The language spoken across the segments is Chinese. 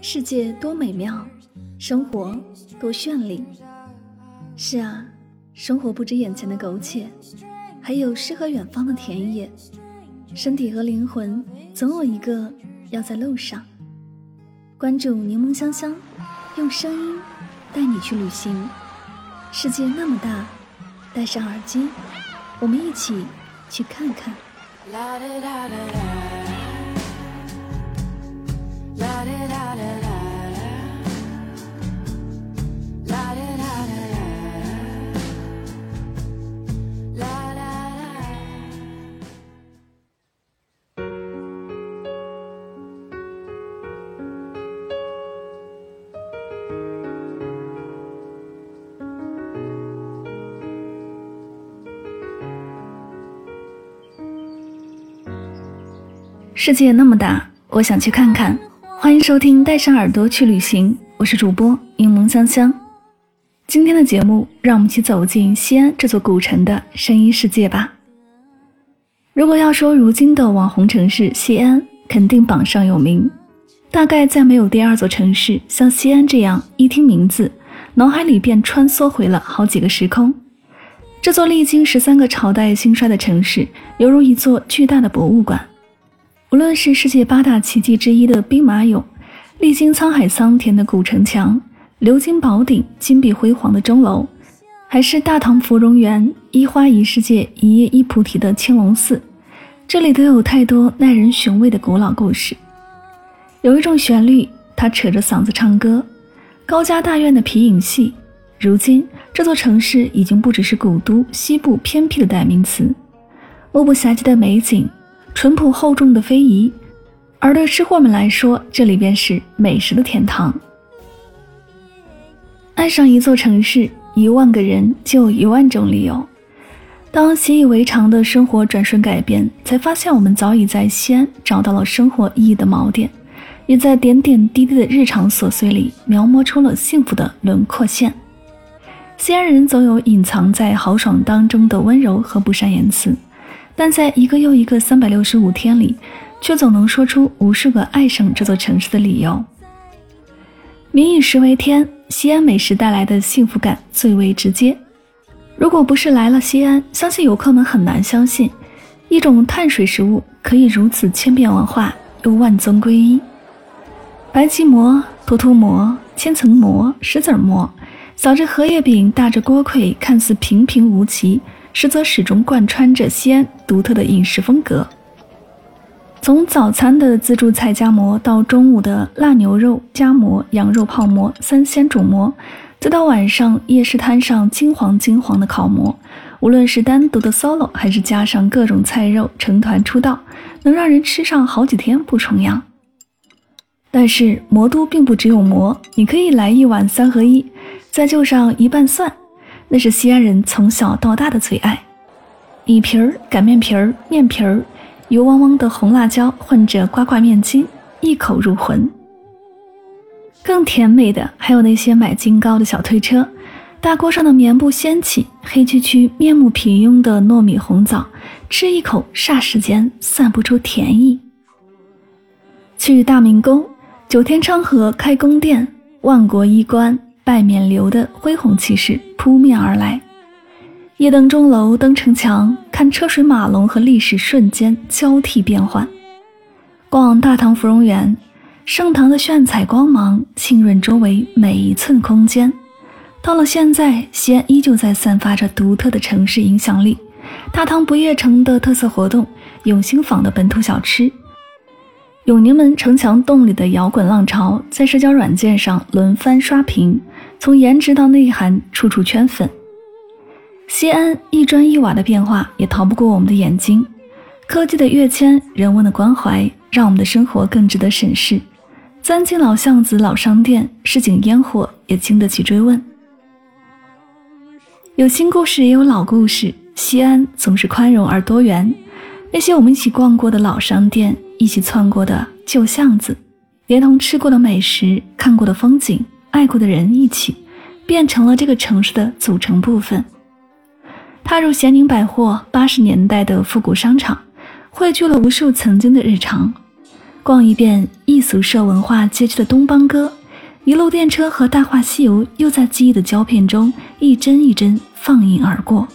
世界多美妙，生活多绚丽。是啊，生活不止眼前的苟且，还有诗和远方的田野。身体和灵魂总有一个要在路上。关注柠檬香香，用声音带你去旅行。世界那么大，戴上耳机，我们一起去看看。世界那么大，我想去看看。欢迎收听带上耳朵去旅行，我是主播柠檬香香。今天的节目，让我们一起走进西安这座古城的声音世界吧。如果要说如今的网红城市西安，肯定榜上有名。大概再没有第二座城市像西安这样，一听名字，脑海里便穿梭回了好几个时空。这座历经13个朝代兴衰的城市，犹如一座巨大的博物馆。无论是世界8大奇迹之一的兵马俑，历经沧海桑田的古城墙，鎏金宝顶、金碧辉煌的钟楼，还是大唐芙蓉园一花一世界一叶一菩提的青龙寺，这里都有太多耐人寻味的古老故事。有一种旋律，它扯着嗓子唱歌，高家大院的皮影戏。如今这座城市已经不只是古都西部偏僻的代名词，目不暇接的美景，淳朴厚重的非遗，而对吃货们来说，这里便是美食的天堂。爱上一座城市，10000个人就有10000种理由。当习以为常的生活转瞬改变，才发现我们早已在西安找到了生活意义的锚点，也在点点滴滴的日常琐碎里描摹出了幸福的轮廓线。西安人总有隐藏在豪爽当中的温柔和不善言辞，但在一个又一个365天里，却总能说出无数个爱上这座城市的理由。民以食为天，西安美食带来的幸福感最为直接。如果不是来了西安，相信游客们很难相信，一种碳水食物可以如此千变万化，又万宗归一。白吉馍、涂涂馍、千层馍、石子馍，小着荷叶饼，大着锅盔，看似平平无奇，实则始终贯穿着西安独特的饮食风格。从早餐的自助菜夹馍，到中午的腊牛肉夹馍、羊肉泡馍、3鲜煮馍，再到晚上夜市摊上金黄的烤馍，无论是单独的 solo 还是加上各种菜肉成团出道，能让人吃上好几天不重样。但是魔都并不只有馍，你可以来一碗3合1，再就上一半蒜，那是西安人从小到大的最爱。米皮儿、擀面皮儿、面皮儿，油汪汪的红辣椒混着呱呱面筋，一口入魂。更甜美的还有那些买金糕的小推车，大锅上的棉布掀起，黑黢黢面目平庸的糯米红枣，吃一口霎时间散不出甜意。去大明宫，9天昌河开宫殿，万国衣冠拜冕旒的恢宏气势扑面而来。夜登钟楼，登城墙，看车水马龙和历史瞬间交替变换。逛大唐芙蓉园，盛唐的炫彩光芒浸润周围每一寸空间。到了现在，西安依旧在散发着独特的城市影响力。大唐不夜城的特色活动，永兴坊的本土小吃，永宁门城墙洞里的摇滚浪潮，在社交软件上轮番刷屏，从颜值到内涵，处处圈粉。西安一砖一瓦的变化也逃不过我们的眼睛，科技的跃迁，人文的关怀，让我们的生活更值得审视。钻进老巷子、老商店，市井烟火也经得起追问。有新故事也有老故事，西安总是宽容而多元。那些我们一起逛过的老商店，一起窜过的旧巷子，连同吃过的美食、看过的风景、爱过的人一起，变成了这个城市的组成部分。踏入咸宁百货，80年代的复古商场，汇聚了无数曾经的日常。 逛一遍异俗社文化街区的东邦歌，一路电车和大话西游又在记忆的胶片中一帧一帧放映而过。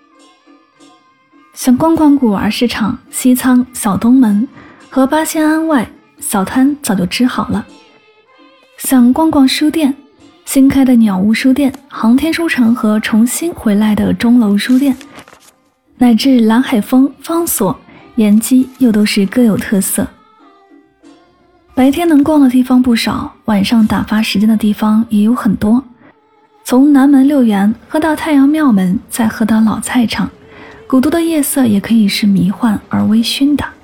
想逛逛古玩市场、西仓、小东门和八仙庵外，小摊早就支好了。想逛逛书店，新开的鸟屋书店、航天书城和重新回来的钟楼书店，乃至蓝海峰、方所、延吉又都是各有特色。白天能逛的地方不少，晚上打发时间的地方也有很多。从南门六园喝到太阳庙门，再喝到老菜场，古都的夜色也可以是迷幻而微醺的。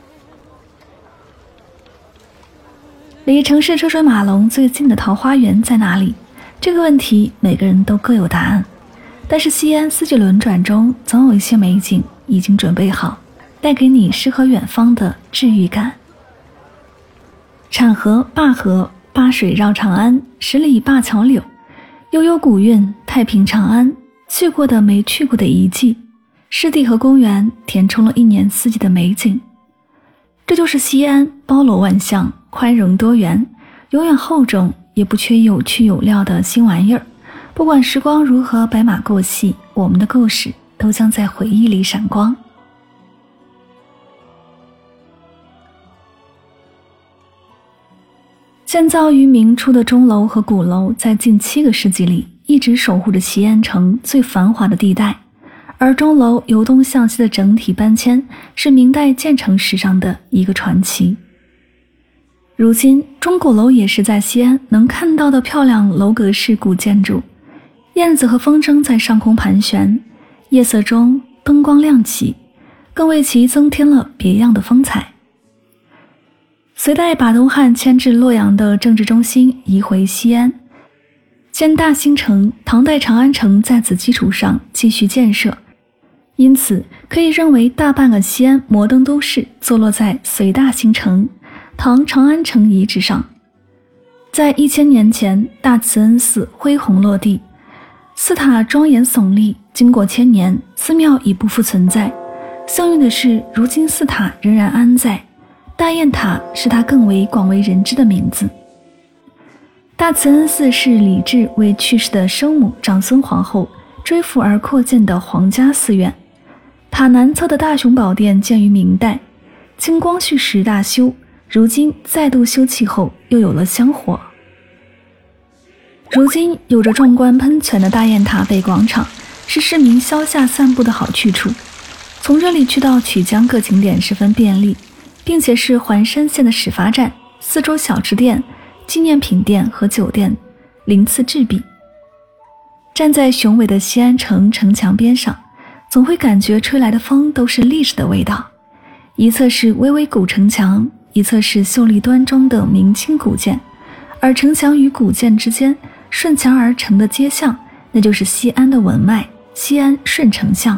离城市车水马龙最近的桃花源在哪里？这个问题每个人都各有答案。但是西安四季轮转中，总有一些美景已经准备好，带给你诗和远方的治愈感。产河、灞河，灞水绕长安，10里灞桥柳，悠悠古韵，太平长安，去过的没去过的遗迹，湿地和公园填充了一年四季的美景。这就是西安，包罗万象，宽容多元，永远厚重，也不缺有趣有料的新玩意儿。不管时光如何白马过隙，我们的故事都将在回忆里闪光。建造于明初的钟楼和鼓楼，在近7个世纪里一直守护着西安城最繁华的地带，而钟楼由东向西的整体搬迁是明代建成史上的一个传奇。如今钟鼓楼也是在西安能看到的漂亮楼阁式古建筑，燕子和风筝在上空盘旋，夜色中灯光亮起，更为其增添了别样的风采。隋代把东汉迁至洛阳的政治中心移回西安，建大兴城，唐代长安城在此基础上继续建设，因此可以认为大半个西安摩登都市坐落在隋大兴城、唐长安城遗址上。在1000年前，大慈恩寺恢弘落地，寺塔庄严耸立，经过1000年，寺庙已不复存在。幸运的是，如今寺塔仍然安在，大雁塔是它更为广为人知的名字。大慈恩寺是李治为去世的生母长孙皇后追扶而扩建的皇家寺院。塔南侧的大雄宝殿建于明代，经光绪时大修，如今再度修葺后又有了香火。如今有着壮观喷泉的大雁塔北广场是市民消夏散步的好去处，从这里去到曲江各景点十分便利，并且是环山线的始发站，四周小吃店、纪念品店和酒店鳞次栉比。站在雄伟的西安城城墙边上，总会感觉吹来的风都是历史的味道。一侧是巍巍古城墙，一侧是秀丽端庄的明清古建，而城墙与古建之间顺墙而成的街巷，那就是西安的文脉，西安顺城巷。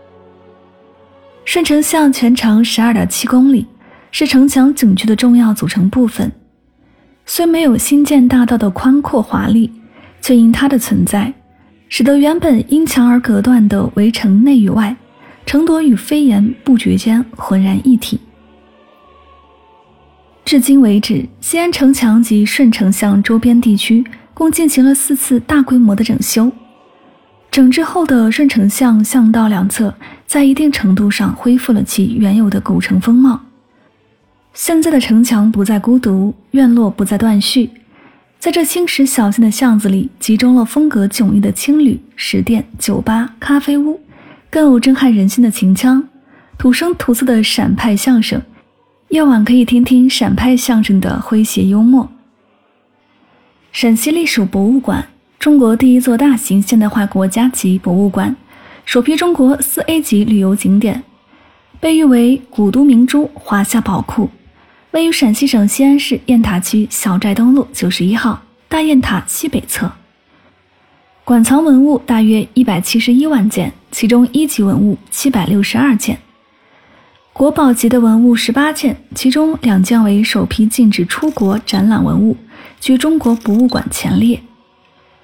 顺城巷全长12.7公里，是城墙景区的重要组成部分。虽没有新建大道的宽阔华丽，却因它的存在，使得原本因墙而隔断的围城内与外，城垛与飞檐不觉间浑然一体。至今为止，西安城墙及顺城巷周边地区共进行了4次大规模的整修。整治后的顺城巷巷道两侧在一定程度上恢复了其原有的古城风貌。现在的城墙不再孤独，院落不再断续，在这青石小径的巷子里集中了风格迥异的青旅、食店、酒吧、咖啡屋，更有震撼人心的秦腔，土生土色的陕派相声，夜晚可以听听陕派相声的诙谐幽默。陕西历史博物馆，中国第一座大型现代化国家级博物馆，首批中国4A 级旅游景点，被誉为古都明珠、华夏宝库，位于陕西省西安市雁塔区小寨东路91号大雁塔西北侧。馆藏文物大约171万件，其中1级文物762件，国宝级的文物18件，其中2件为首批禁止出国展览文物，居中国博物馆前列。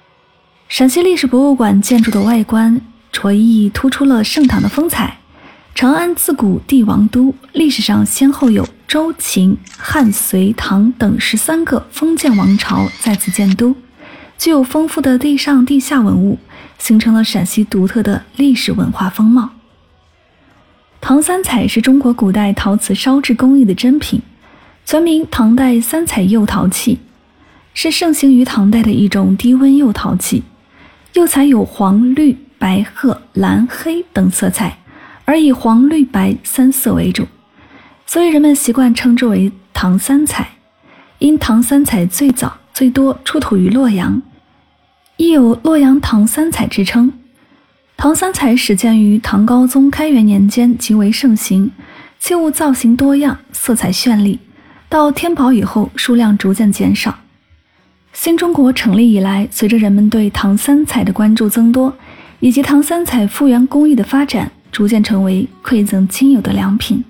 陕西历史博物馆建筑的外观着意突出了盛唐的风采， 长安自古帝王都，历史上先后有周、秦、汉、隋、唐等13个封建王朝在此建都，具有丰富的地上地下文物，形成了陕西独特的历史文化风貌。唐三彩是中国古代陶瓷烧制工艺的珍品，全名唐代三彩釉陶器，是盛行于唐代的一种低温釉陶器。釉彩有黄、绿、白、褐、蓝、黑等色彩，而以黄、绿、白3色为主，所以人们习惯称之为唐三彩。因唐三彩最早最多出土于洛阳，亦有洛阳唐三彩之称。唐三彩始建于唐高宗开元年间，极为盛行，器物造型多样，色彩绚丽，到天宝以后数量逐渐减少。新中国成立以来，随着人们对唐三彩的关注增多，以及唐三彩复原工艺的发展，逐渐成为馈赠亲友的良品。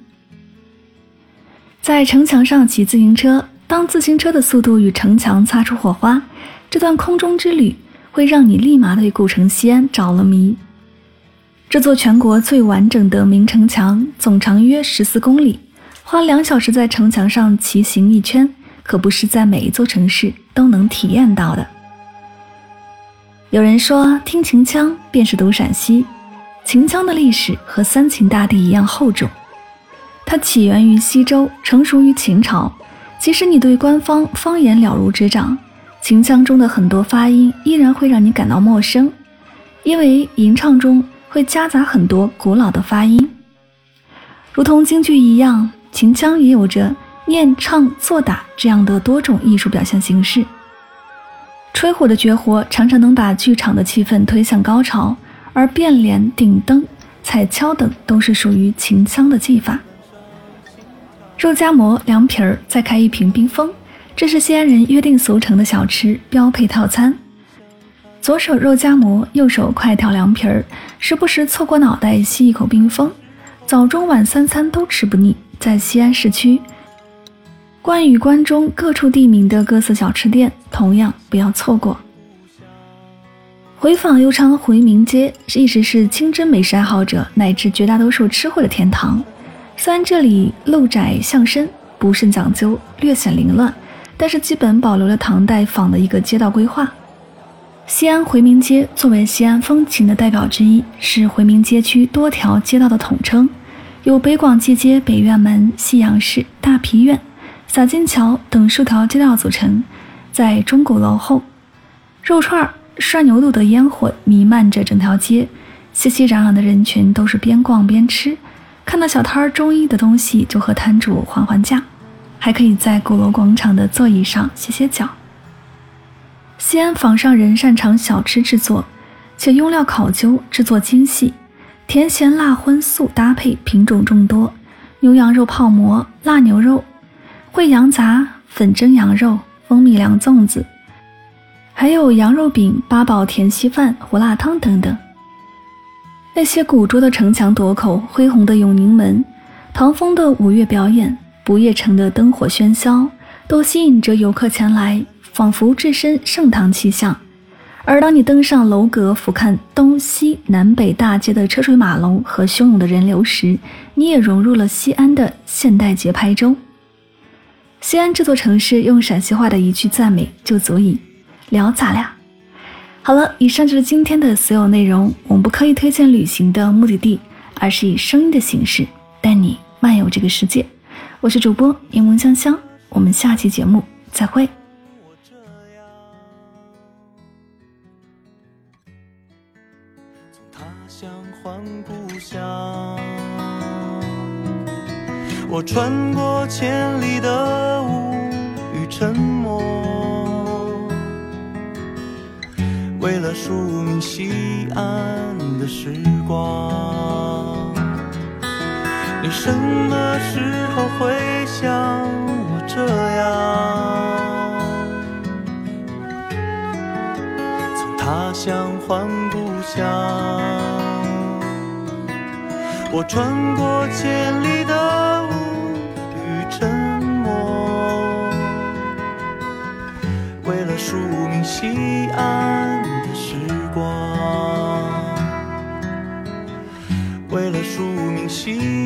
在城墙上骑自行车，当自行车的速度与城墙擦出火花，这段空中之旅会让你立马对古城西安着了迷。这座全国最完整的明城墙总长约14公里，花2小时在城墙上骑行一圈，可不是在每一座城市都能体验到的。有人说，听秦腔便是读陕西。秦腔的历史和三秦大地一样厚重，它起源于西周，成熟于秦朝。即使你对官方方言了如指掌，秦腔中的很多发音依然会让你感到陌生，因为吟唱中会夹杂很多古老的发音。如同京剧一样，秦腔也有着念、唱、作、打这样的多种艺术表现形式。吹火的绝活常常能把剧场的气氛推向高潮，而变脸、顶灯、踩跷等都是属于秦腔的技法。肉夹馍、凉皮儿，再开一瓶冰峰，这是西安人约定俗成的小吃标配套餐。左手肉夹馍，右手快调凉皮儿，时不时凑过脑袋吸一口冰峰，早中晚3餐都吃不腻。在西安市区，关与关中各处地名的各色小吃店同样不要错过。回坊又称回民街，一直是清真美食爱好者乃至绝大多数吃货的天堂。虽然这里路窄巷深，不甚讲究，略显凌乱，但是基本保留了唐代仿的一个街道规划。西安回民街作为西安风情的代表之一，是回民街区多条街道的统称，由北广济街、北院门、西洋市、大皮院、洒金桥等数条街道组成。在钟鼓楼后，肉串、涮牛肚的烟火弥漫着整条街，熙熙攘攘的人群都是边逛边吃，看到小摊中意的东西就和摊主还价，还可以在鼓楼广场的座椅上歇脚。西安坊上人擅长小吃制作，且用料考究，制作精细，甜咸辣荤素搭配品种众多，牛羊肉泡馍、腊牛肉、烩羊杂、粉蒸羊肉、蜂蜜凉粽子，还有羊肉饼、八宝甜稀饭、胡辣汤等等。那些古拙的城墙垛口、恢宏的永宁门、唐风的五岳表演、不夜城的灯火喧嚣，都吸引着游客前来，仿佛置身盛唐气象。而当你登上楼阁，俯瞰东西南北大街的车水马龙和汹涌的人流时，你也融入了西安的现代节拍中。西安这座城市用陕西话的一句赞美就足以聊咱俩。好了，以上就是今天的所有内容。我们不刻意推荐旅行的目的地，而是以声音的形式带你漫游这个世界。我是主播柠檬香香，我们下期节目再会。 从他乡换故乡，我穿过千里的雾与沉默，为了署名西安的时光。你什么时候会像我这样，从他乡换故乡？我穿过千里的雾与沉默，为了署名西安的时光，为了署名西起。